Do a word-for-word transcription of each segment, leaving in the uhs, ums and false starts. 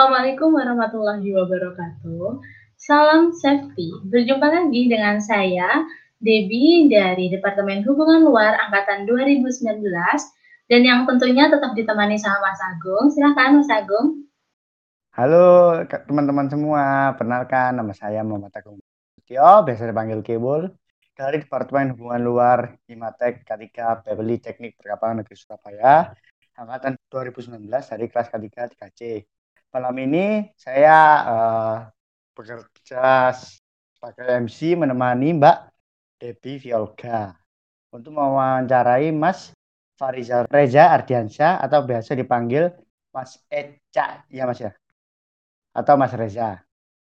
Assalamualaikum warahmatullahi wabarakatuh. Salam safety. Berjumpa lagi dengan saya, Debbie dari Departemen Hubungan Luar Angkatan dua ribu sembilan belas dan yang tentunya tetap ditemani sama Mas Agung. Silakan Mas Agung. Halo ke- teman-teman semua, perkenalkan nama saya Muhammad Agung Tio, biasa dipanggil Kebul, dari Departemen Hubungan Luar Himatek K tiga Beverly Teknik Perkapalan Negeri Surabaya, angkatan dua ribu sembilan belas dari kelas K tiga tiga C. Malam ini saya eh, bekerja sebagai M C menemani Mbak Debbie Violga untuk mewawancarai Mas Farizal Reza Ardiansyah atau biasa dipanggil Mas Eca, ya Mas ya, atau Mas Reza.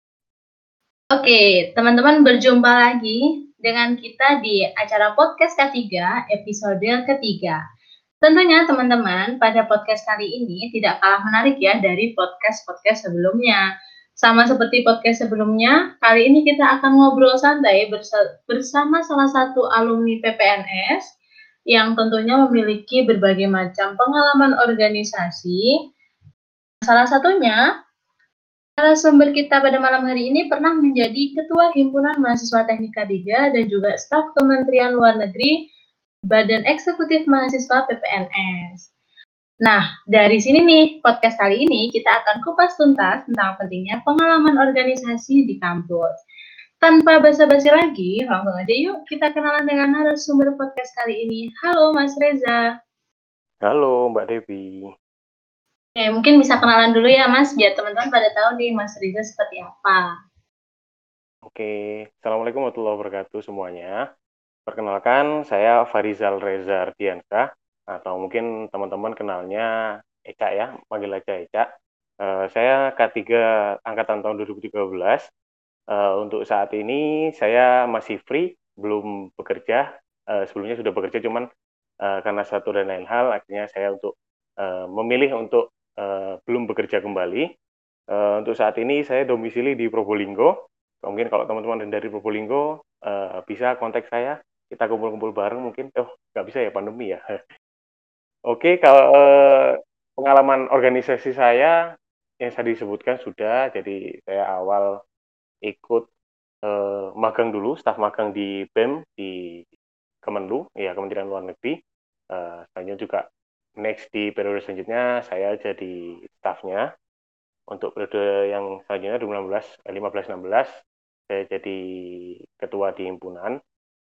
Oke, teman-teman berjumpa lagi dengan kita di acara podcast K tiga episode ketiga. Tentunya teman-teman, pada podcast kali ini tidak kalah menarik ya dari podcast-podcast sebelumnya. Sama seperti podcast sebelumnya, kali ini kita akan ngobrol santai bersama salah satu alumni P P N S yang tentunya memiliki berbagai macam pengalaman organisasi. Salah satunya, narasumber kita pada malam hari ini pernah menjadi Ketua Himpunan Mahasiswa Teknik K tiga dan juga staf Kementerian Luar Negeri Badan Eksekutif Mahasiswa P P N S. Nah, dari sini nih, podcast kali ini kita akan kupas tuntas tentang pentingnya pengalaman organisasi di kampus. Tanpa basa-basi lagi, langsung aja yuk kita kenalan dengan narasumber podcast kali ini. Halo Mas Reza. Halo Mbak Devi. Oke, mungkin bisa kenalan dulu ya Mas, biar teman-teman pada tahu nih Mas Reza seperti apa. Oke, Assalamualaikum warahmatullahi wabarakatuh semuanya. Perkenalkan, saya Farizal Reza Ardiansyah, atau mungkin teman-teman kenalnya Eca ya, panggil aja Eca. Uh, saya K tiga Angkatan tahun dua ribu tiga belas. Uh, untuk saat ini saya masih free, belum bekerja. Uh, sebelumnya sudah bekerja, cuman uh, karena satu dan lain hal, akhirnya saya untuk uh, memilih untuk uh, belum bekerja kembali. Uh, untuk saat ini saya domisili di Probolinggo. Mungkin kalau teman-teman dari Probolinggo uh, bisa kontak saya, kita kumpul-kumpul bareng mungkin. Oh, nggak bisa ya, pandemi ya. Oke, kalau uh, pengalaman organisasi saya yang saya disebutkan sudah, jadi saya awal ikut uh, magang dulu, staf magang di B E M, di Kemenlu, ya Kementerian Luar Negeri. Uh, selanjutnya juga next di periode selanjutnya saya jadi stafnya. Untuk periode yang selanjutnya dua ribu enam belas, lima belas enam belas saya jadi ketua di himpunan,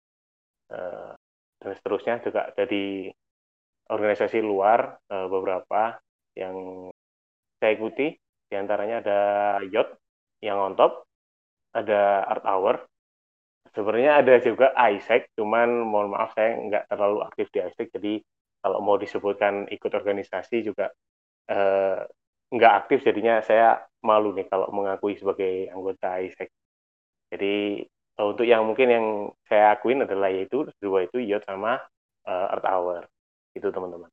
dan seterusnya juga jadi organisasi luar beberapa yang saya ikuti, diantaranya ada Y O T yang on top, ada Art Hour, sebenarnya ada juga I S E C, cuman mohon maaf saya nggak terlalu aktif di I S E C, jadi kalau mau disebutkan ikut organisasi juga eh, nggak aktif, jadinya saya malu nih kalau mengakui sebagai anggota I S E C. Jadi untuk yang mungkin yang saya akuin adalah yaitu dua itu Y O T sama uh, Earth Hour. Itu teman-teman.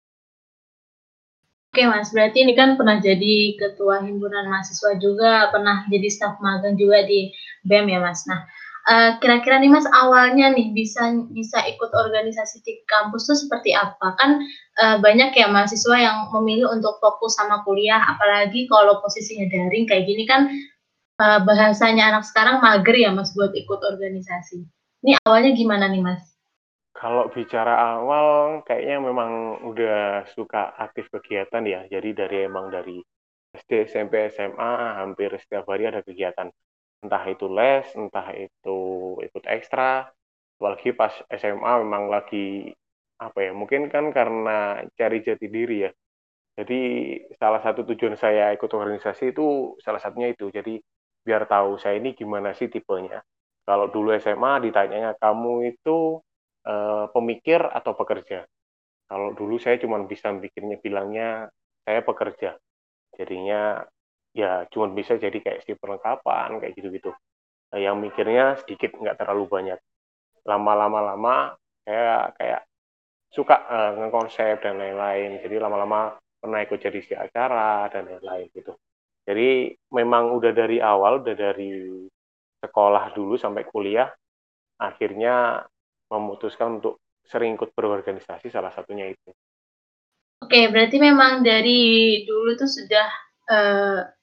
Oke Mas, berarti ini kan pernah jadi ketua himpunan mahasiswa juga, pernah jadi staf magang juga di B E M ya Mas. Nah, uh, kira-kira nih Mas awalnya nih bisa bisa ikut organisasi di kampus tuh seperti apa? Kan uh, banyak ya mahasiswa yang memilih untuk fokus sama kuliah, apalagi kalau posisinya daring kayak gini kan uh, bahasanya anak sekarang mager ya Mas buat ikut organisasi. Ini awalnya gimana nih Mas? Kalau bicara awal, kayaknya memang udah suka aktif kegiatan ya. Jadi dari emang dari S D, S M P, S M A, hampir setiap hari ada kegiatan. Entah itu les, entah itu ikut ekstra. Apalagi pas S M A memang lagi, apa ya, mungkin kan karena cari jati diri ya. Jadi salah satu tujuan saya ikut organisasi itu salah satunya itu. Jadi biar tahu saya ini gimana sih tipenya. Kalau dulu S M A ditanyanya kamu itu eh, pemikir atau pekerja. Kalau dulu saya cuma bisa pikirnya bilangnya saya pekerja. Jadinya ya cuma bisa jadi kayak si perlengkapan kayak gitu-gitu. Nah, yang mikirnya sedikit nggak terlalu banyak. Lama-lama lama saya kayak suka uh, ngekonsep dan lain-lain. Jadi lama-lama pernah ikut jadi si acara dan lain-lain gitu. Jadi memang udah dari awal, udah dari sekolah dulu sampai kuliah, akhirnya memutuskan untuk sering ikut berorganisasi, salah satunya itu. Oke, berarti memang dari dulu tuh sudah uh,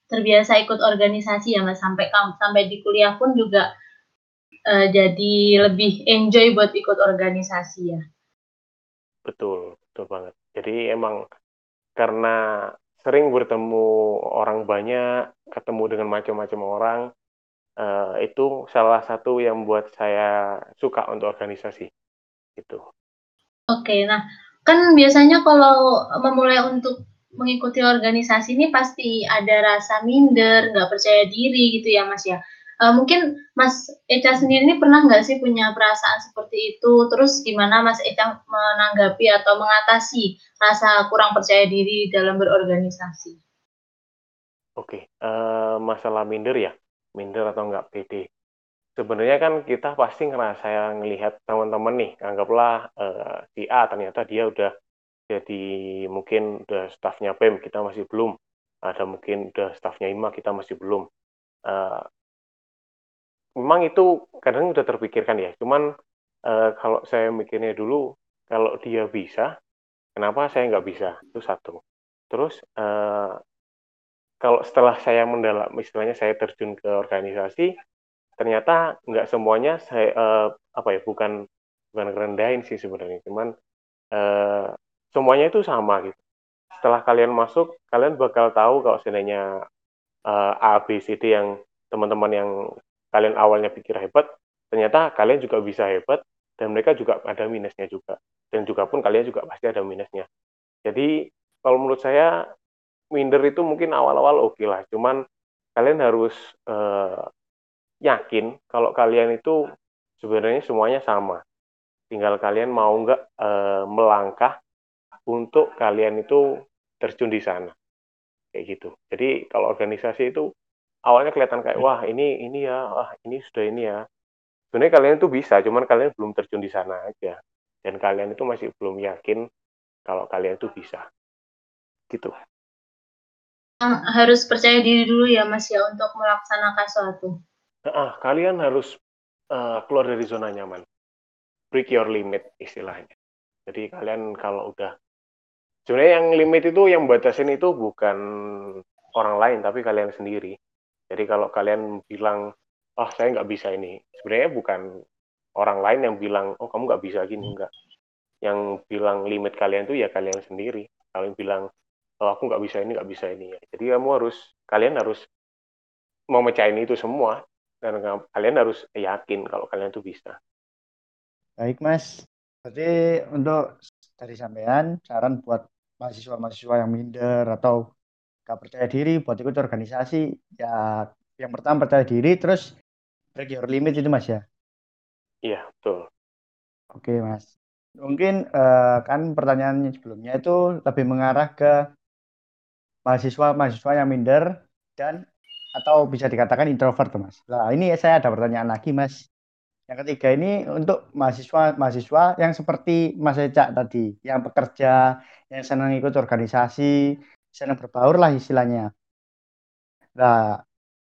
terbiasa ikut organisasi ya Mas, sampai sampai di kuliah pun juga uh, jadi lebih enjoy buat ikut organisasi ya. Betul, betul banget. Jadi emang karena sering bertemu orang banyak, ketemu dengan macam-macam orang, uh, itu salah satu yang buat saya suka untuk organisasi. Gitu. Oke, nah kan biasanya kalau memulai untuk mengikuti organisasi ini pasti ada rasa minder, nggak percaya diri gitu ya Mas ya. Uh, mungkin Mas Eca sendiri ini pernah nggak sih punya perasaan seperti itu? Terus gimana Mas Eca menanggapi atau mengatasi rasa kurang percaya diri dalam berorganisasi? Oke, uh, masalah minder ya, minder atau nggak pede. Sebenarnya kan kita pasti ngerasa ngelihat teman-teman nih, anggaplah uh, si A ternyata dia udah jadi mungkin udah stafnya P E M, kita masih belum. Ada mungkin udah stafnya I M A, kita masih belum. Uh, memang itu kadang udah terpikirkan ya, cuman uh, kalau saya mikirnya dulu, kalau dia bisa, kenapa saya nggak bisa? Itu satu. Terus, uh, kalau setelah saya mendalam, istilahnya saya terjun ke organisasi, ternyata nggak semuanya saya uh, apa ya bukan bukan ngerendahin sih sebenarnya, cuman uh, semuanya itu sama gitu. Setelah kalian masuk, kalian bakal tahu kalau seandainya uh, A, B, C, D yang teman-teman yang kalian awalnya pikir hebat, ternyata kalian juga bisa hebat, dan mereka juga ada minusnya juga. Dan juga pun kalian juga pasti ada minusnya. Jadi, kalau menurut saya, minder itu mungkin awal-awal oke lah, cuman kalian harus uh, yakin kalau kalian itu sebenarnya semuanya sama. Tinggal kalian mau nggak uh, melangkah untuk kalian itu terjun di sana. Kayak gitu. Jadi kalau organisasi itu awalnya kelihatan kayak wah ini ini ya, wah ini sudah ini ya. Sebenarnya kalian itu bisa, cuman kalian belum terjun di sana aja. Dan kalian itu masih belum yakin kalau kalian itu bisa. Gitu. Harus percaya diri dulu ya Mas ya untuk melaksanakan suatu. Nah, kalian harus uh, keluar dari zona nyaman. Break your limit istilahnya. Jadi kalian kalau udah sebenarnya yang limit itu yang batasin itu bukan orang lain tapi kalian sendiri. Jadi kalau kalian bilang, oh saya nggak bisa ini, sebenarnya bukan orang lain yang bilang, oh kamu nggak bisa gini, enggak. Yang bilang limit kalian itu ya kalian sendiri. Kalian bilang, oh aku nggak bisa ini, nggak bisa ini. Jadi kamu harus, kalian harus mau mecahin itu semua, dan kalian harus yakin kalau kalian itu bisa. Baik Mas, berarti untuk dari sampean, saran buat mahasiswa-mahasiswa yang minder atau gak percaya diri buat ikut organisasi, ya yang pertama percaya diri, terus break your limit itu Mas ya. Iya, betul. Oke Mas, mungkin eh, kan pertanyaannya sebelumnya itu lebih mengarah ke mahasiswa-mahasiswa yang minder dan atau bisa dikatakan introvert tuh Mas. Nah ini saya ada pertanyaan lagi Mas. Yang ketiga ini untuk mahasiswa-mahasiswa yang seperti Mas Eca tadi, yang bekerja, yang senang ikut organisasi, senang berbaur lah istilahnya. Nah,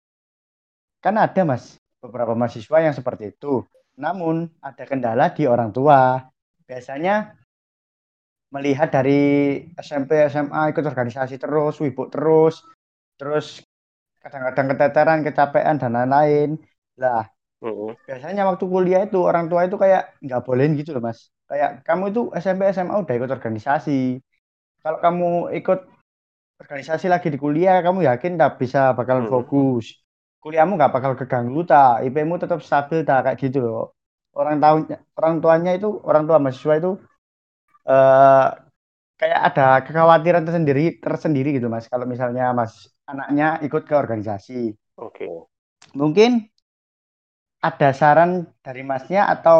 kan ada Mas beberapa mahasiswa yang seperti itu. Namun ada kendala di orang tua. Biasanya melihat dari S M P, S M A ikut organisasi terus, sibuk terus, terus kadang-kadang keteteran, kecapean dan lain-lain. Lah, Mm-hmm. biasanya waktu kuliah itu orang tua itu kayak nggak bolehin gitu loh Mas. Kayak kamu itu S M P, S M A udah ikut organisasi. Kalau kamu ikut organisasi lagi di kuliah, kamu yakin tak bisa bakalan Mm-hmm. fokus. Kuliahmu nggak bakal keganggu tak, I P-mu tetap stabil tak kayak gitu loh. Orang tahu orang tuanya itu, orang tua mahasiswa itu eh, kayak ada kekhawatiran tersendiri tersendiri gitu Mas. Kalau misalnya Mas anaknya ikut ke organisasi, Oke. Okay. mungkin ada saran dari Masnya atau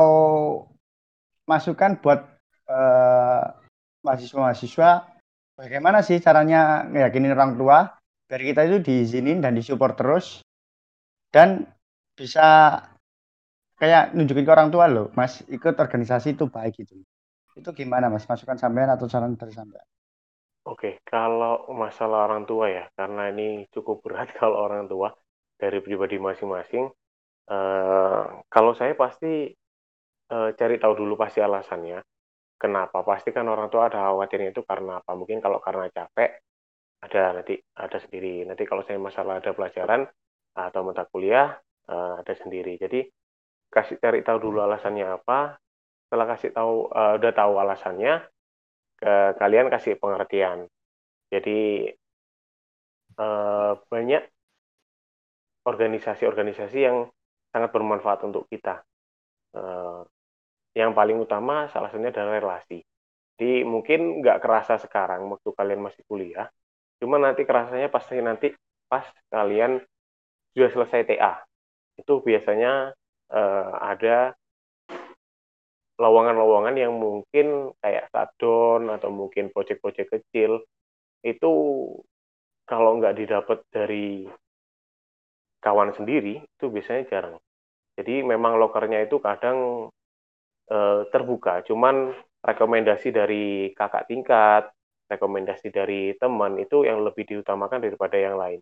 masukan buat eh, mahasiswa-mahasiswa bagaimana sih caranya ngeyakinin orang tua biar kita itu diizinin dan disupport terus dan bisa kayak nunjukin ke orang tua loh Mas ikut organisasi itu baik gitu. Itu gimana Mas, masukan sampean atau saran dari sampean? Oke, kalau masalah orang tua ya, karena ini cukup berat kalau orang tua dari pribadi masing-masing. Eh, kalau saya pasti eh, cari tahu dulu pasti alasannya. Kenapa? Pasti kan orang tua ada khawatirnya itu karena apa? Mungkin kalau karena capek, ada nanti ada sendiri. Nanti kalau saya masalah ada pelajaran atau mata kuliah uh, ada sendiri. Jadi kasih cari tahu dulu alasannya apa. Setelah kasih tahu uh, udah tahu alasannya, ke kalian kasih pengertian. Jadi uh, banyak organisasi-organisasi yang sangat bermanfaat untuk kita. Uh, yang paling utama salah satunya adalah relasi. Jadi mungkin nggak kerasa sekarang waktu kalian masih kuliah, cuma nanti kerasanya pasti nanti pas kalian sudah selesai T A. Itu biasanya uh, ada lowongan-lowongan yang mungkin kayak shutdown atau mungkin proyek-proyek kecil, itu kalau nggak didapat dari kawan sendiri, itu biasanya jarang. Jadi memang lokernya itu kadang eh, terbuka, cuman rekomendasi dari kakak tingkat, rekomendasi dari teman itu yang lebih diutamakan daripada yang lain.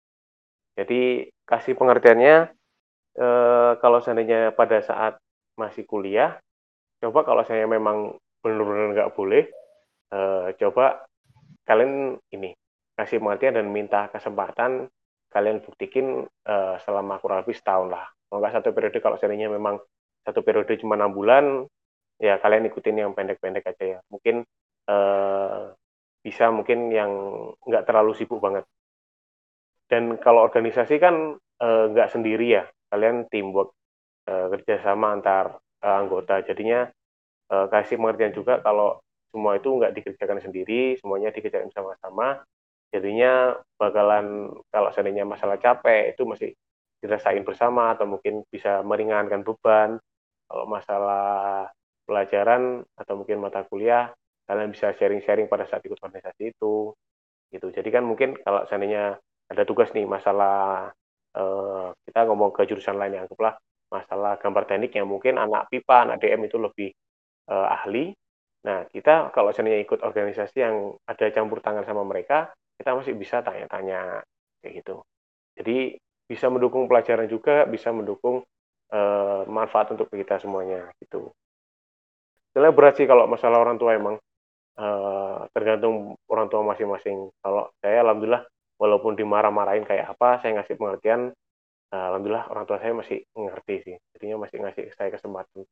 Jadi kasih pengertiannya, eh, kalau seandainya pada saat masih kuliah, coba kalau saya memang benar-benar nggak boleh, eh, coba kalian ini kasih pengertian dan minta kesempatan kalian buktikin uh, selama kurang lebih setahun lah. Kalau nggak satu periode, kalau seandainya memang satu periode cuma enam bulan, ya kalian ikutin yang pendek-pendek aja ya. Mungkin uh, bisa mungkin yang nggak terlalu sibuk banget. Dan kalau organisasi kan uh, nggak sendiri ya, kalian teamwork, uh, kerjasama antar uh, anggota. Jadinya uh, kasih pengertian juga kalau semua itu nggak dikerjakan sendiri, semuanya dikerjakan sama-sama. Jadinya bakalan kalau seandainya masalah capek itu masih dirasain bersama atau mungkin bisa meringankan beban. Kalau masalah pelajaran atau mungkin mata kuliah, kalian bisa sharing-sharing pada saat ikut organisasi itu. Gitu. Jadi kan mungkin kalau seandainya ada tugas nih masalah eh, kita ngomong ke jurusan lain yang anggaplah masalah gambar teknik yang mungkin anak pipa, anak D M itu lebih eh, ahli. Nah, kita kalau seandainya ikut organisasi yang ada campur tangan sama mereka, kita masih bisa tanya-tanya kayak gitu. Jadi bisa mendukung pelajaran juga, bisa mendukung uh, manfaat untuk kita semuanya gitu. Sebenarnya berat sih kalau masalah orang tua emang uh, tergantung orang tua masing-masing. Kalau saya alhamdulillah walaupun dimarah-marahin kayak apa, saya ngasih pengertian, uh, alhamdulillah orang tua saya masih ngerti sih. Jadinya masih ngasih saya kesempatan.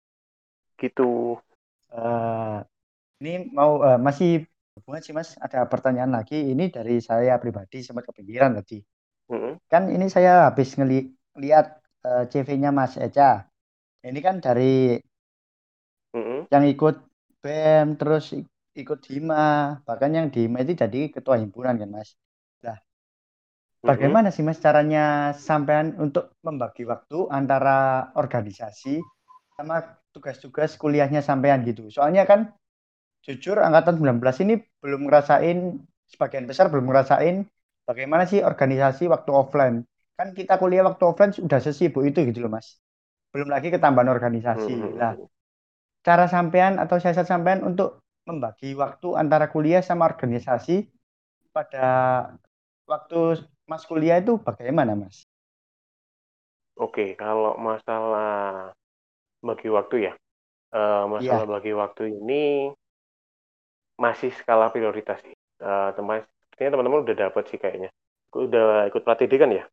Gitu. Uh, ini mau uh, masih hubungan sih Mas, ada pertanyaan lagi. Ini dari saya pribadi sempat kepikiran tadi. Mm-hmm. Kan ini saya habis ngelihat uh, C V-nya Mas Eca. Ini kan dari Mm-hmm. yang ikut B E M, terus ikut Hima, bahkan yang di Hima itu jadi ketua himpunan kan Mas. Nah, bagaimana sih Mas caranya sampean untuk membagi waktu antara organisasi sama tugas-tugas kuliahnya sampean gitu? Soalnya kan jujur angkatan sembilan belas ini belum ngerasain, sebagian besar belum ngerasain bagaimana sih organisasi waktu offline. Kan kita kuliah waktu offline sudah sesibuk itu gitu loh Mas. Belum lagi ketambahan organisasi. Lah, Mm-hmm. cara sampean atau siasat sampean untuk membagi waktu antara kuliah sama organisasi pada waktu Mas kuliah itu bagaimana Mas? Oke, kalau masalah bagi waktu ya, uh, masalah Iya. bagi waktu ini masih skala prioritas sih. Uh, teman, sepertinya teman-teman udah dapat sih kayaknya. Udah ikut Plat D kan ya?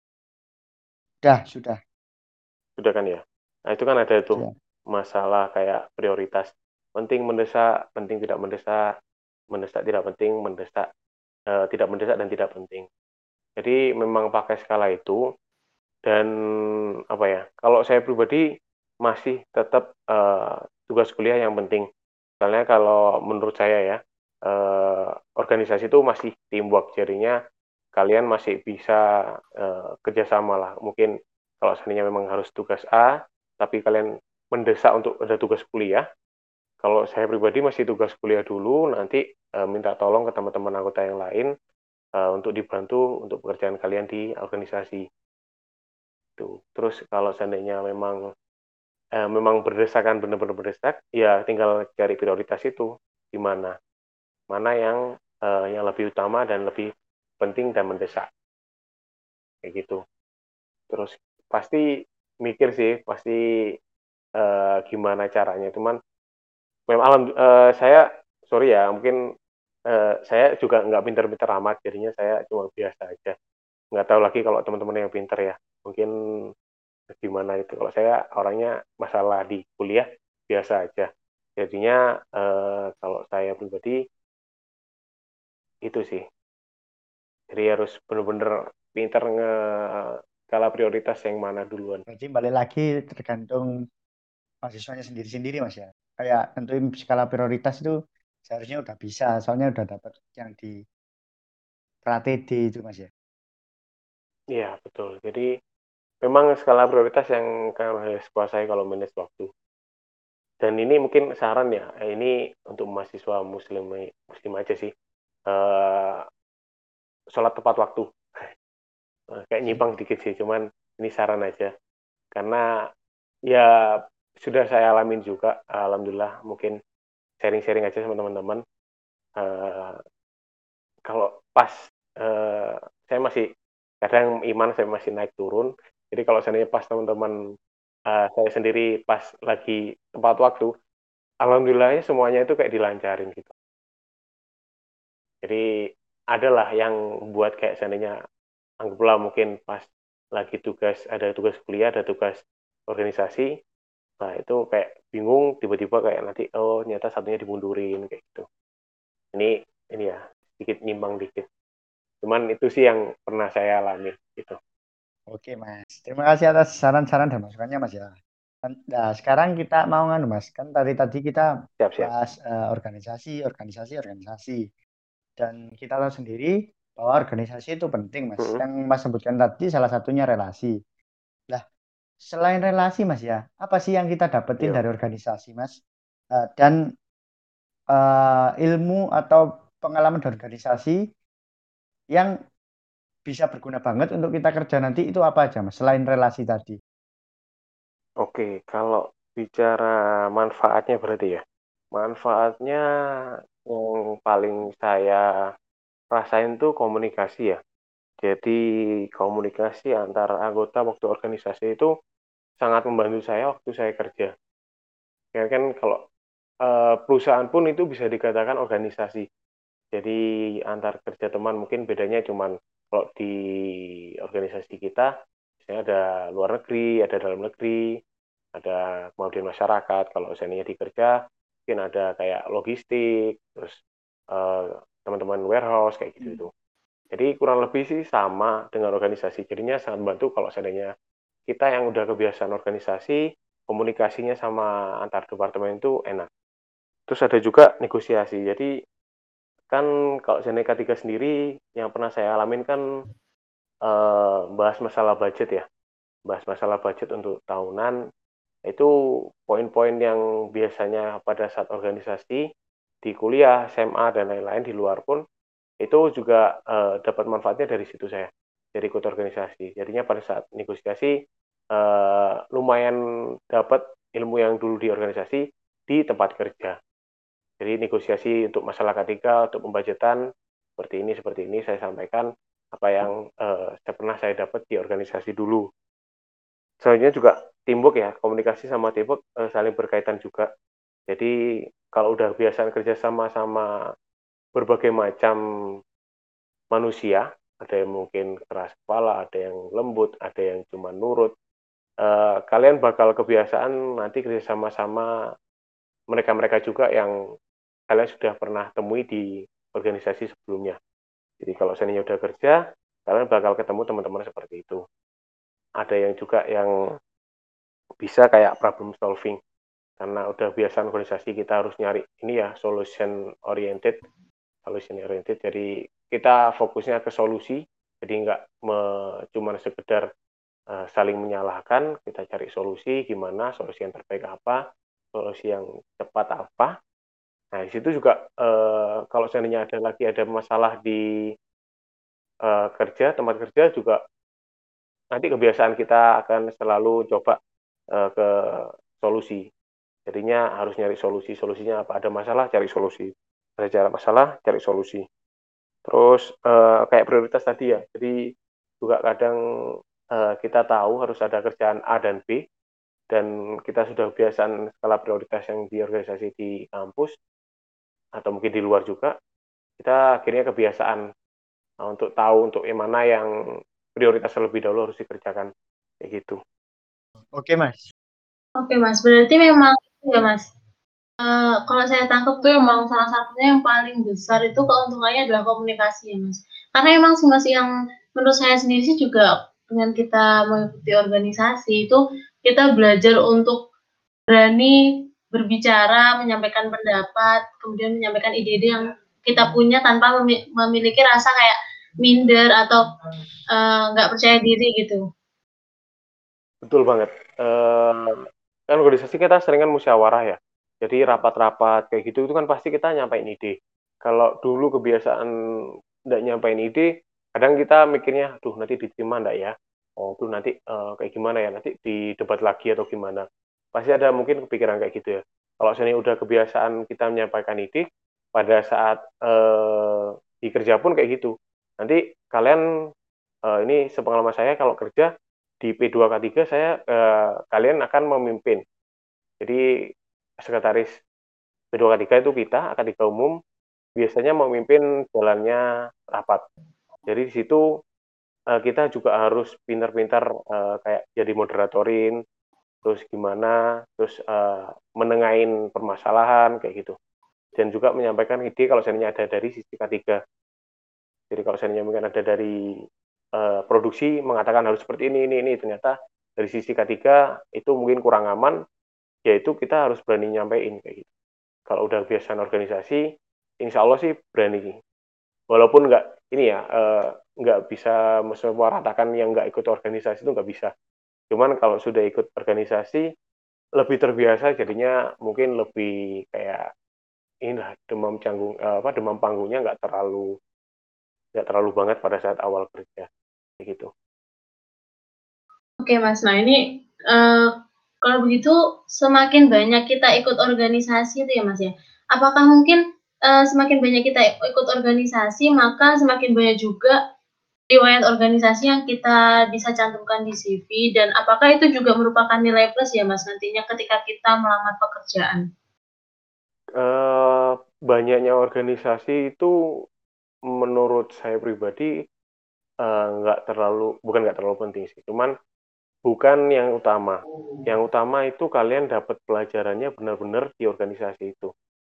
Sudah, sudah. Sudah kan ya? Nah itu kan ada tuh Sudah. masalah kayak prioritas. Penting mendesak, penting tidak mendesak, mendesak tidak penting, mendesak uh, tidak mendesak dan tidak penting. Jadi memang pakai skala itu. Dan apa ya, kalau saya pribadi masih tetap uh, tugas kuliah yang penting. Misalnya kalau menurut saya ya, uh, organisasi itu masih teamwork, jadinya kalian masih bisa uh, kerjasama lah. Mungkin kalau seandainya memang harus tugas A, tapi kalian mendesak untuk ada tugas kuliah, kalau saya pribadi masih tugas kuliah dulu, nanti uh, minta tolong ke teman-teman anggota yang lain uh, untuk dibantu untuk pekerjaan kalian di organisasi. Tuh. Terus kalau seandainya memang eh, memang berdesakan benar-benar berdesak, ya tinggal cari prioritas itu di mana, mana yang eh, yang lebih utama dan lebih penting dan mendesak, kayak gitu. Terus pasti mikir sih, pasti eh, gimana caranya. Cuman memang alam eh, saya sorry ya, mungkin uh, saya juga nggak pinter-pinter amat, jadinya saya cuma biasa aja. Nggak tahu lagi kalau teman-teman yang pinter ya, mungkin gimana itu. Kalau saya orangnya masalah di kuliah biasa aja. Jadinya uh, kalau saya pribadi itu sih. Jadi harus benar-benar pinter nge-skala prioritas yang mana duluan. Berarti balik lagi tergantung mahasiswanya sendiri-sendiri Mas ya. Kayak tentuin skala prioritas itu seharusnya udah bisa, soalnya udah dapat yang di pra T D itu Mas ya. Iya, betul. Jadi memang skala prioritas yang harus kuasai kalau manage waktu. Dan ini mungkin saran ya, ini untuk mahasiswa muslim muslim aja sih. Uh, sholat tepat waktu. Kayak nyimpang dikit sih, cuman ini saran aja. Karena ya sudah saya alamin juga, alhamdulillah, mungkin sharing-sharing aja sama teman-teman. Uh, kalau pas uh, saya masih kadang iman saya masih naik turun. Jadi kalau seandainya pas teman-teman uh, saya sendiri pas lagi tepat waktu, alhamdulillahnya semuanya itu kayak dilancarin gitu. Jadi adalah yang buat kayak seandainya anggaplah mungkin pas lagi tugas, ada tugas kuliah, ada tugas organisasi, nah itu kayak bingung tiba-tiba kayak nanti oh ternyata satunya dimundurin kayak gitu. Ini ini ya sedikit nyimbang dikit. Cuman itu sih yang pernah saya alami gitu. Oke Mas, terima kasih atas saran-saran dan masukannya Mas ya. Nah sekarang kita mau nganu Mas, kan tadi tadi kita Siap-siap. bahas uh, organisasi, organisasi, organisasi. Dan kita tahu sendiri bahwa organisasi itu penting Mas. Mm-hmm. Yang Mas sebutkan tadi salah satunya relasi. Lah, selain relasi Mas ya, apa sih yang kita dapetin Yo. dari organisasi Mas? Uh, dan uh, ilmu atau pengalaman dari organisasi yang bisa berguna banget untuk kita kerja nanti itu apa aja Mas, selain relasi tadi? Oke, kalau bicara manfaatnya berarti ya. Manfaatnya yang paling saya rasain tuh komunikasi ya. Jadi komunikasi antar anggota waktu organisasi itu sangat membantu saya waktu saya kerja. Ya kan kalau uh, perusahaan pun itu bisa dikatakan organisasi. Jadi antar kerja teman mungkin bedanya cuman kalau di organisasi kita misalnya ada luar negeri, ada dalam negeri, ada kemudian masyarakat. Kalau seandainya di kerja mungkin ada kayak logistik, terus uh, teman-teman warehouse kayak gitu-gitu. Jadi kurang lebih sih sama dengan organisasi. Jadinya sangat membantu kalau seandainya kita yang udah kebiasaan organisasi, komunikasinya sama antar departemen itu enak. Terus ada juga negosiasi. Jadi kan kalau seandainya K tiga sendiri yang pernah saya alamin kan eh, bahas masalah budget ya. Bahas masalah budget untuk tahunan itu poin-poin yang biasanya pada saat organisasi di kuliah, S M A dan lain-lain di luar pun itu juga uh, dapat manfaatnya dari situ saya, dari ikut organisasi. Jadinya pada saat negosiasi uh, lumayan dapat ilmu yang dulu di organisasi di tempat kerja. Jadi negosiasi untuk masalah K tiga, untuk pembajetan seperti ini seperti ini saya sampaikan apa yang uh, saya pernah saya dapat di organisasi dulu. Selanjutnya juga teamwork ya, komunikasi sama teamwork uh, saling berkaitan juga. Jadi kalau udah biasa kerja sama sama berbagai macam manusia, ada yang mungkin keras kepala, ada yang lembut, ada yang cuma nurut. Uh, kalian bakal kebiasaan nanti kerjasama sama mereka-mereka juga yang kalian sudah pernah temui di organisasi sebelumnya. Jadi kalau seandainya udah kerja, kalian bakal ketemu teman-teman seperti itu. Ada yang juga yang bisa kayak problem solving, karena udah biasa organisasi kita harus nyari ini ya solution oriented, solution oriented. Jadi kita fokusnya ke solusi, jadi nggak cuma sekedar uh, saling menyalahkan, kita cari solusi gimana, solusi yang terbaik apa, solusi yang cepat apa. Nah di situ juga uh, kalau seandainya ada lagi ada masalah di uh, kerja, tempat kerja juga nanti kebiasaan kita akan selalu coba uh, ke solusi. Jadinya harus nyari solusi. Solusinya apa? Ada masalah, cari solusi. Ada cara masalah, cari solusi. Terus uh, kayak prioritas tadi ya. Jadi juga kadang uh, kita tahu harus ada kerjaan A dan B, dan kita sudah kebiasaan skala prioritas yang di organisasi di kampus atau mungkin di luar juga. kita akhirnya kebiasaan uh, untuk tahu untuk yang mana yang prioritas terlebih dahulu harus dikerjakan kayak gitu. Oke Mas. Oke Mas, berarti memang ya Mas. Uh, kalau saya tangkap tuh emang salah satunya yang paling besar itu keuntungannya adalah komunikasi ya Mas. Karena emang sih Mas yang menurut saya sendiri sih juga dengan kita mengikuti organisasi itu kita belajar untuk berani berbicara, menyampaikan pendapat, kemudian menyampaikan ide-ide yang kita punya tanpa memiliki rasa kayak minder atau nggak uh, percaya diri gitu. Betul banget. Uh, kan organisasi kita sering kan musyawarah ya. Jadi rapat-rapat kayak gitu itu kan pasti kita nyampein ide. Kalau dulu kebiasaan nggak nyampein ide, kadang kita mikirnya, aduh nanti diterima nggak ya? Oh, tuh nanti uh, kayak gimana ya? Nanti di debat lagi atau gimana? Pasti ada mungkin kepikiran kayak gitu ya. Kalau misalnya udah kebiasaan kita menyampaikan ide, pada saat uh, di kerja pun kayak gitu. Nanti kalian, uh, ini sepengalaman saya kalau kerja, di P dua K tiga saya eh, kalian akan memimpin. Jadi sekretaris P dua K tiga itu kita, K tiga umum, biasanya memimpin jalannya rapat. Jadi di situ eh, kita juga harus pintar-pintar eh, kayak jadi moderatorin, terus gimana, terus eh, menengahin permasalahan kayak gitu. Dan juga menyampaikan ide kalau seandainya ada dari sisi K tiga. Jadi kalau seandainya mungkin ada dari uh, produksi mengatakan harus seperti ini, ini, ini, ternyata dari sisi K tiga itu mungkin kurang aman, yaitu kita harus berani nyampein kayak gitu. Kalau udah kebiasaan organisasi, insya Allah sih berani. Walaupun nggak ini ya, uh, nggak bisa meratakan yang nggak ikut organisasi itu nggak bisa. Cuman kalau sudah ikut organisasi, lebih terbiasa jadinya mungkin lebih kayak inilah demam canggung apa demam panggungnya nggak terlalu nggak terlalu banget pada saat awal kerja gitu. Oke Mas, nah ini uh, kalau begitu semakin banyak kita ikut organisasi itu ya Mas ya. Apakah mungkin uh, semakin banyak kita ikut organisasi maka semakin banyak juga riwayat organisasi yang kita bisa cantumkan di C V dan apakah itu juga merupakan nilai plus ya Mas nantinya ketika kita melamar pekerjaan? Uh, banyaknya organisasi itu menurut saya pribadi nggak uh, terlalu bukan nggak terlalu penting sih, cuman bukan yang utama. Yang utama itu kalian dapat pelajarannya benar-benar di organisasi itu.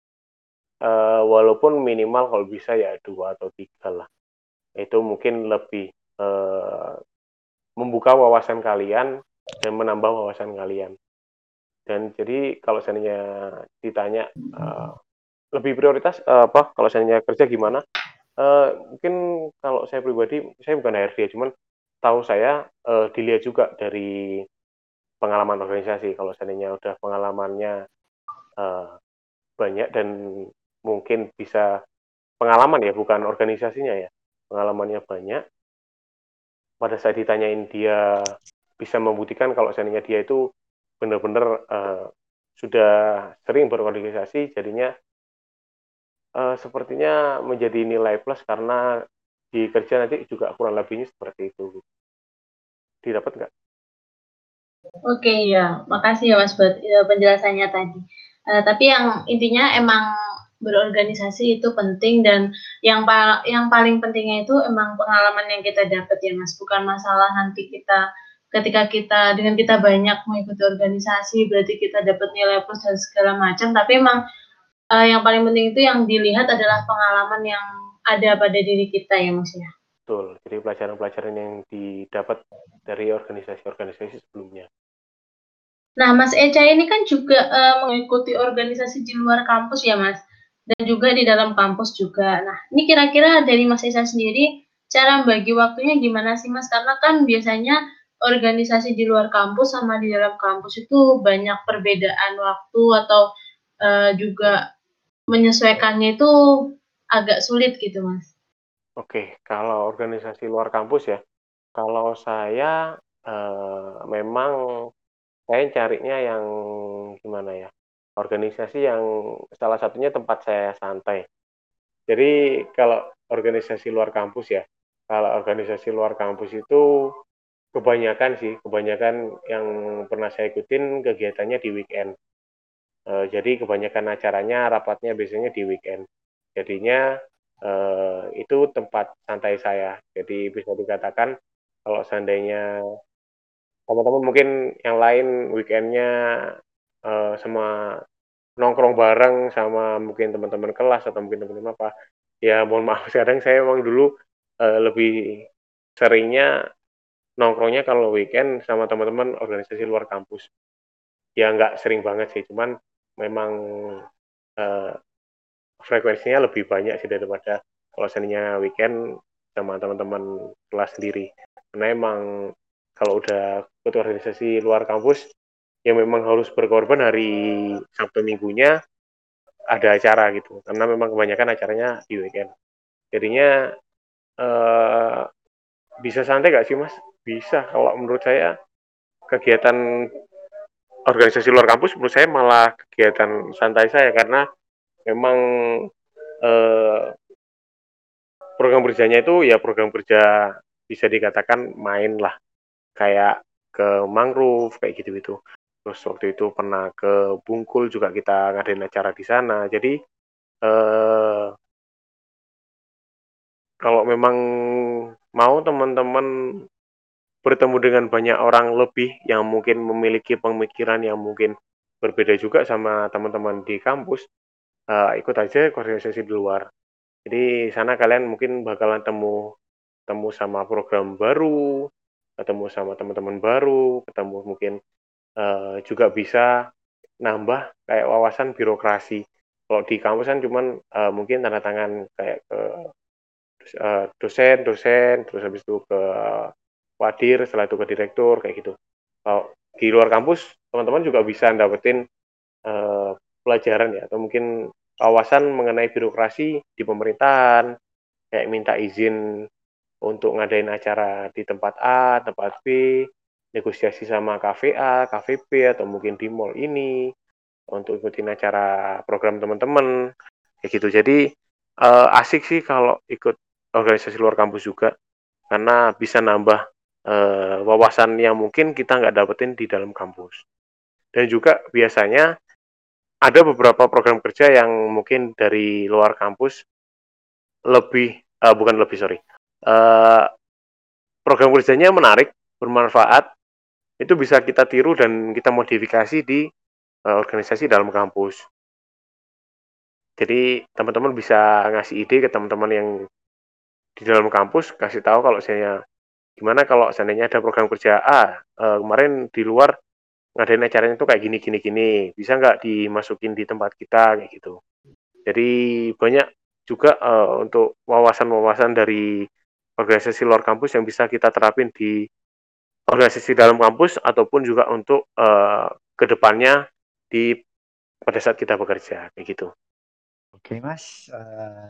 Uh, walaupun minimal kalau bisa ya dua atau tiga lah. Itu mungkin lebih uh, membuka wawasan kalian dan menambah wawasan kalian. Dan jadi kalau seandainya ditanya uh, lebih prioritas uh, apa kalau seandainya kerja gimana? Uh, mungkin kalau saya pribadi, saya bukan H R D, cuman tahu saya uh, dilihat juga dari pengalaman organisasi. Kalau seandainya udah pengalamannya uh, banyak dan mungkin bisa pengalaman ya, bukan organisasinya ya, pengalamannya banyak. Pada saat ditanyain dia bisa membuktikan kalau seandainya dia itu benar-benar uh, sudah sering berorganisasi, jadinya uh, sepertinya menjadi nilai plus karena di kerja nanti juga kurang lebihnya seperti itu. Didapat nggak? Oke ya, makasih ya Mas buat ya, penjelasannya tadi. Uh, tapi yang intinya emang berorganisasi itu penting dan yang pa yang paling pentingnya itu emang pengalaman yang kita dapat ya Mas, bukan masalah nanti kita ketika kita dengan kita banyak mengikuti organisasi berarti kita dapat nilai plus dan segala macam, tapi emang uh, yang paling penting itu yang dilihat adalah pengalaman yang ada pada diri kita ya Mas ya. Betul. Jadi pelajaran-pelajaran yang didapat dari organisasi-organisasi sebelumnya. Nah, Mas Eca ini kan juga uh, mengikuti organisasi di luar kampus ya, Mas, dan juga di dalam kampus juga. Nah, ini kira-kira dari Mas Eca sendiri, cara bagi waktunya gimana sih, Mas? Karena kan biasanya organisasi di luar kampus sama di dalam kampus itu banyak perbedaan waktu atau uh, juga menyesuaikannya itu agak sulit gitu, Mas. Oke, kalau organisasi luar kampus ya, kalau saya eh, memang saya carinya yang gimana ya, organisasi yang salah satunya tempat saya santai. Jadi kalau organisasi luar kampus ya, kalau organisasi luar kampus itu kebanyakan sih, kebanyakan yang pernah saya ikutin kegiatannya di weekend. Eh, jadi kebanyakan acaranya, rapatnya biasanya di weekend. Jadinya uh, itu tempat santai saya. Jadi bisa dikatakan kalau seandainya teman-teman mungkin yang lain weekendnya uh, sama nongkrong bareng sama mungkin teman-teman kelas atau mungkin teman-teman apa, ya mohon maaf sekarang saya emang dulu uh, lebih seringnya nongkrongnya kalau weekend sama teman-teman organisasi luar kampus. Ya nggak sering banget sih, cuman memang uh, frekuensinya lebih banyak sih daripada kalau seandainya weekend sama teman-teman kelas sendiri. Karena emang kalau udah ikut organisasi luar kampus, ya memang harus berkorban hari Sabtu Minggunya ada acara gitu. Karena memang kebanyakan acaranya di weekend. Jadinya eh, bisa santai nggak sih mas? Bisa. Kalau menurut saya kegiatan organisasi luar kampus menurut saya malah kegiatan santai saya karena memang eh, program kerjanya itu ya program kerja bisa dikatakan main lah, kayak ke mangrove kayak gitu-gitu. Terus waktu itu pernah ke Bungkul juga kita ngadain acara di sana. Jadi eh, kalau memang mau teman-teman bertemu dengan banyak orang lebih yang mungkin memiliki pemikiran yang mungkin berbeda juga sama teman-teman di kampus, uh, ikut aja organisasi di luar. Jadi sana kalian mungkin bakalan temu temu sama program baru, ketemu sama teman-teman baru, ketemu mungkin uh, juga bisa nambah kayak wawasan birokrasi. Kalau di kampus kan cuman uh, mungkin tanda tangan kayak ke uh, dosen, dosen, terus habis itu ke wadir, setelah itu ke direktur kayak gitu. Kalau di luar kampus teman-teman juga bisa dapetin uh, pelajaran ya atau mungkin wawasan mengenai birokrasi di pemerintahan, kayak minta izin untuk ngadain acara di tempat A, tempat B, negosiasi sama kafe A, kafe B, atau mungkin di mall ini, untuk ikutin acara program teman-teman, kayak gitu. Jadi, uh, asik sih kalau ikut organisasi luar kampus juga, karena bisa nambah uh, wawasan yang mungkin kita nggak dapetin di dalam kampus. Dan juga biasanya ada beberapa program kerja yang mungkin dari luar kampus lebih, uh, bukan lebih, sorry, uh, program kerjanya menarik, bermanfaat, itu bisa kita tiru dan kita modifikasi di uh, organisasi dalam kampus. Jadi teman-teman bisa ngasih ide ke teman-teman yang di dalam kampus, kasih tahu kalau saya gimana kalau seandainya ada program kerja A, uh, kemarin di luar ngadain acaranya itu kayak gini gini gini, bisa nggak dimasukin di tempat kita kayak gitu. Jadi banyak juga uh, untuk wawasan-wawasan dari organisasi luar kampus yang bisa kita terapin di organisasi dalam kampus ataupun juga untuk uh, kedepannya di pada saat kita bekerja kayak gitu. Oke mas, uh,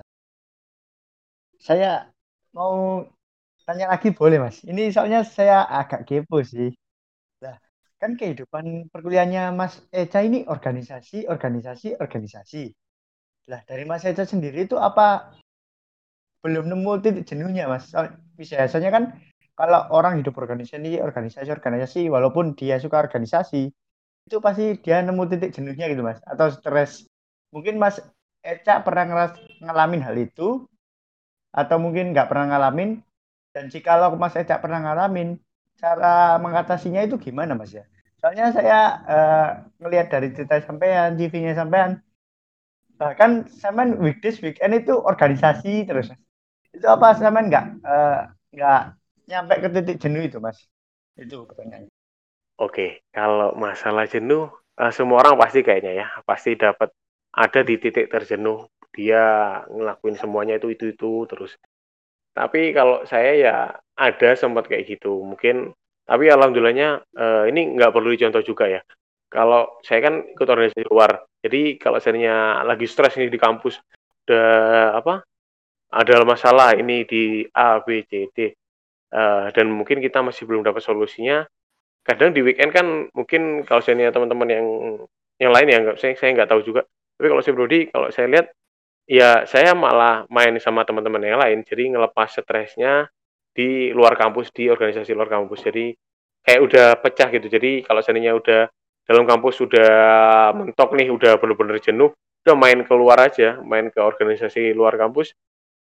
saya mau tanya lagi boleh mas? Ini soalnya saya agak kepo sih. Nah, kan kehidupan perkuliahannya Mas Eca ini organisasi, organisasi, organisasi. Lah dari Mas Eca sendiri itu apa belum nemu titik jenuhnya Mas? Soal- Biasanya kan kalau orang hidup organisasi, organisasi, organisasi, walaupun dia suka organisasi, itu pasti dia nemu titik jenuhnya gitu Mas. Atau stres. Mungkin Mas Eca pernah ngeras- ngalamin hal itu, atau mungkin nggak pernah ngalamin. Dan jikalau Mas Eca pernah ngalamin, cara mengatasinya itu gimana Mas ya? Soalnya saya uh, ngelihat dari cerita sampean, C V-nya sampean, bahkan sampean weekdays, weekend itu organisasi terus. Itu apa sampean nggak uh, nggak nyampe ke titik jenuh itu Mas? Itu pertanyaannya. Oke, kalau masalah jenuh, uh, semua orang pasti kayaknya ya, pasti dapat ada di titik terjenuh. Dia ngelakuin semuanya itu itu itu terus. Tapi kalau saya ya ada sempat kayak gitu. Mungkin tapi alhamdulillahnya uh, ini nggak perlu dicontoh juga ya. Kalau saya kan ikut organisasi luar. Jadi kalau seandainya lagi stres ini di kampus, udah apa? Ada masalah ini di A, B, C, D. Uh, dan mungkin kita masih belum dapat solusinya. Kadang di weekend kan mungkin kalau seandainya teman-teman yang yang lain ya nggak saya saya nggak tahu juga. Tapi kalau saya pribadi, kalau saya lihat ya saya malah main sama teman-teman yang lain, jadi ngelepas stresnya di luar kampus, di organisasi luar kampus. Jadi kayak udah pecah gitu. Jadi kalau seandainya udah dalam kampus sudah mentok nih, udah bener-bener jenuh, udah main keluar aja, main ke organisasi luar kampus.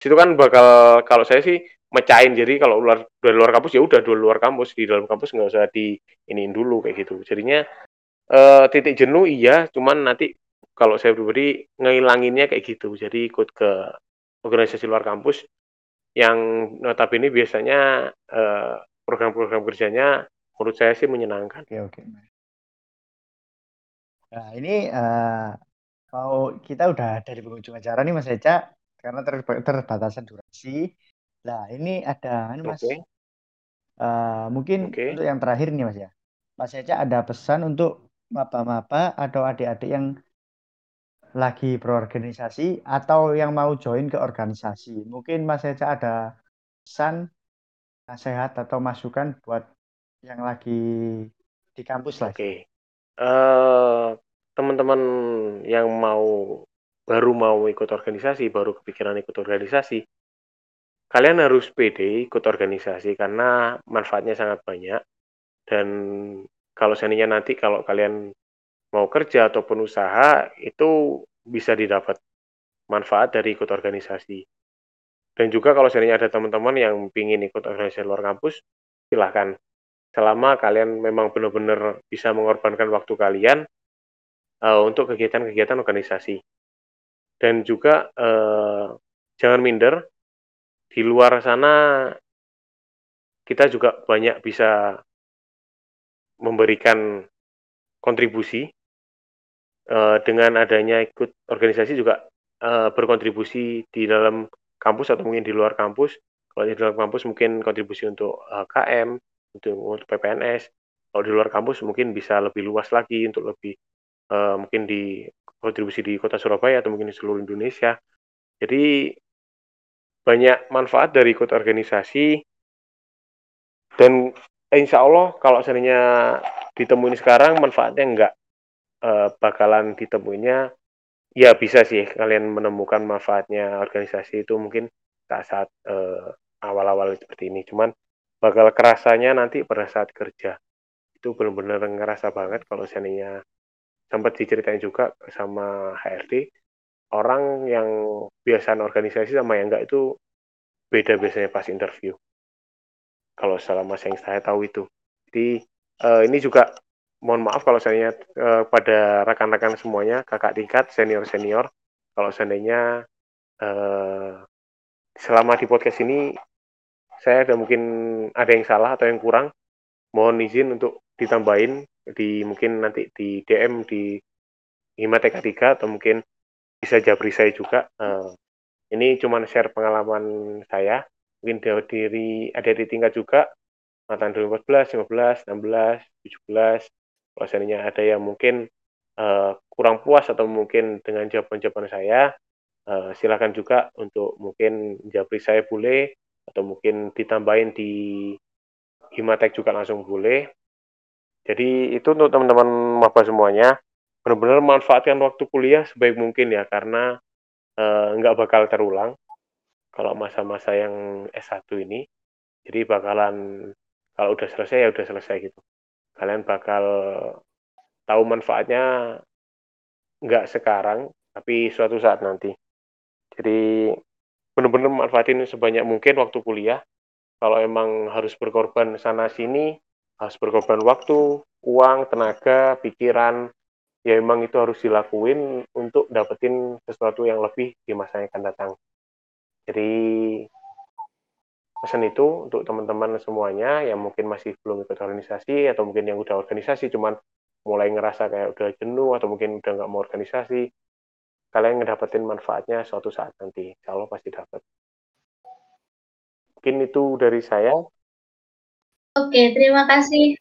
Situ kan bakal kalau saya sih mecahin, jadi kalau luar dari luar kampus ya udah, dari luar kampus, di dalam kampus nggak usah di iniin dulu kayak gitu. Jadinya eh, titik jenuh iya, cuman nanti kalau saya pribadi ngehilanginnya kayak gitu. Jadi ikut ke organisasi luar kampus yang notabene biasanya eh, program-program kerjanya menurut saya sih menyenangkan. Oke, oke. Nah, ini eh, mau kita udah dari penghujung acara nih Mas Eca, karena ter- terbatasan durasi. Nah, ini ada, ini Mas, Oke, eh, mungkin oke, untuk yang terakhir nih Mas ya. Mas Eca ada pesan untuk maba-maba atau adik-adik yang lagi berorganisasi atau yang mau join ke organisasi. Mungkin Mas Eca ada pesan, nasihat atau masukan buat yang lagi di kampus lah. oke. Eh, teman-teman yang mau baru mau ikut organisasi, baru kepikiran ikut organisasi, kalian harus pede ikut organisasi karena manfaatnya sangat banyak. Dan kalau seandainya nanti kalau kalian mau kerja ataupun usaha, itu bisa didapat manfaat dari ikut organisasi. Dan juga kalau seandainya ada teman-teman yang ingin ikut organisasi luar kampus, silahkan. Selama kalian memang benar-benar bisa mengorbankan waktu kalian uh, untuk kegiatan-kegiatan organisasi. Dan juga uh, jangan minder, di luar sana kita juga banyak bisa memberikan kontribusi uh, dengan adanya ikut organisasi juga uh, berkontribusi di dalam kampus atau mungkin di luar kampus. Kalau di dalam kampus mungkin kontribusi untuk uh, K M, untuk, untuk P P N S. Kalau di luar kampus mungkin bisa lebih luas lagi untuk lebih uh, mungkin di kontribusi di kota Surabaya atau mungkin di seluruh Indonesia. Jadi banyak manfaat dari ikut organisasi dan insya Allah kalau seandainya ditemuin sekarang manfaatnya enggak uh, bakalan ditemuinya. Ya bisa sih kalian menemukan manfaatnya organisasi itu mungkin saat-saat eh, awal-awal seperti ini. Cuman bakal kerasanya nanti pada saat kerja. Itu benar-benar ngerasa banget kalau seandainya sempat diceritain juga sama H R D, orang yang biasaan organisasi sama yang enggak itu beda biasanya pas interview. Kalau selama yang saya tahu itu. Jadi eh, ini juga mohon maaf kalau saya eh, pada rekan-rekan semuanya, kakak tingkat, senior-senior, kalau seandainya eh, selama di podcast ini saya ada mungkin ada yang salah atau yang kurang, mohon izin untuk ditambahin di mungkin nanti di D M di Himateka tiga atau mungkin bisa japri saya juga. Eh, ini cuma share pengalaman saya, mungkin dari ada di tingkat juga angkatan dua ribu empat belas, lima belas, enam belas, tujuh belas. Kalau seandainya ada yang mungkin uh, kurang puas atau mungkin dengan jawaban-jawaban saya, uh, silakan juga untuk mungkin japri saya boleh, atau mungkin ditambahin di Himatek juga langsung boleh. Jadi itu untuk teman-teman maba semuanya, benar-benar manfaatkan waktu kuliah sebaik mungkin ya, karena uh, nggak bakal terulang kalau masa-masa yang S satu ini. Jadi bakalan kalau udah selesai ya udah selesai gitu. Kalian bakal tahu manfaatnya nggak sekarang, tapi suatu saat nanti. Jadi benar-benar manfaatin sebanyak mungkin waktu kuliah. Kalau emang harus berkorban sana sini, harus berkorban waktu, uang, tenaga, pikiran, ya emang itu harus dilakuin untuk dapetin sesuatu yang lebih di masa yang akan datang. Jadi pesan itu untuk teman-teman semuanya yang mungkin masih belum ikut organisasi atau mungkin yang udah organisasi cuman mulai ngerasa kayak udah jenuh atau mungkin udah nggak mau organisasi, kalian ngedapetin manfaatnya suatu saat nanti. Insya Allah pasti dapat. Mungkin itu dari saya. Oke, terima kasih.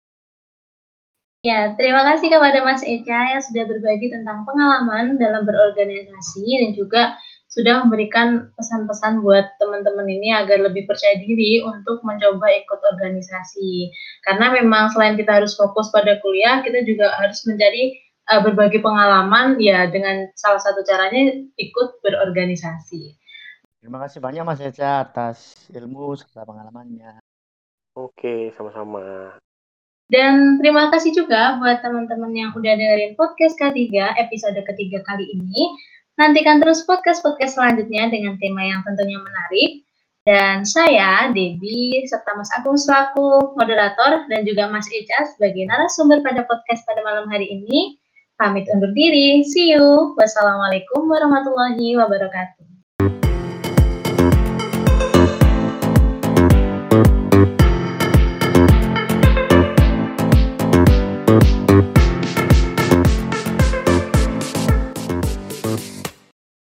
Ya, terima kasih kepada Mas Eca yang sudah berbagi tentang pengalaman dalam berorganisasi dan juga sudah memberikan pesan-pesan buat teman-teman ini agar lebih percaya diri untuk mencoba ikut organisasi. Karena memang selain kita harus fokus pada kuliah, kita juga harus mencari uh, berbagi pengalaman ya dengan salah satu caranya ikut berorganisasi. Terima kasih banyak Mas Eca atas ilmu serta pengalamannya. Oke, sama-sama. Dan terima kasih juga buat teman-teman yang udah dengerin podcast K tiga episode ketiga kali ini. Nantikan terus podcast-podcast selanjutnya dengan tema yang tentunya menarik. Dan saya, Debbie, serta Mas Agung selaku moderator dan juga Mas Eca sebagai narasumber pada podcast pada malam hari ini. Pamit undur diri. See you. Wassalamualaikum warahmatullahi wabarakatuh.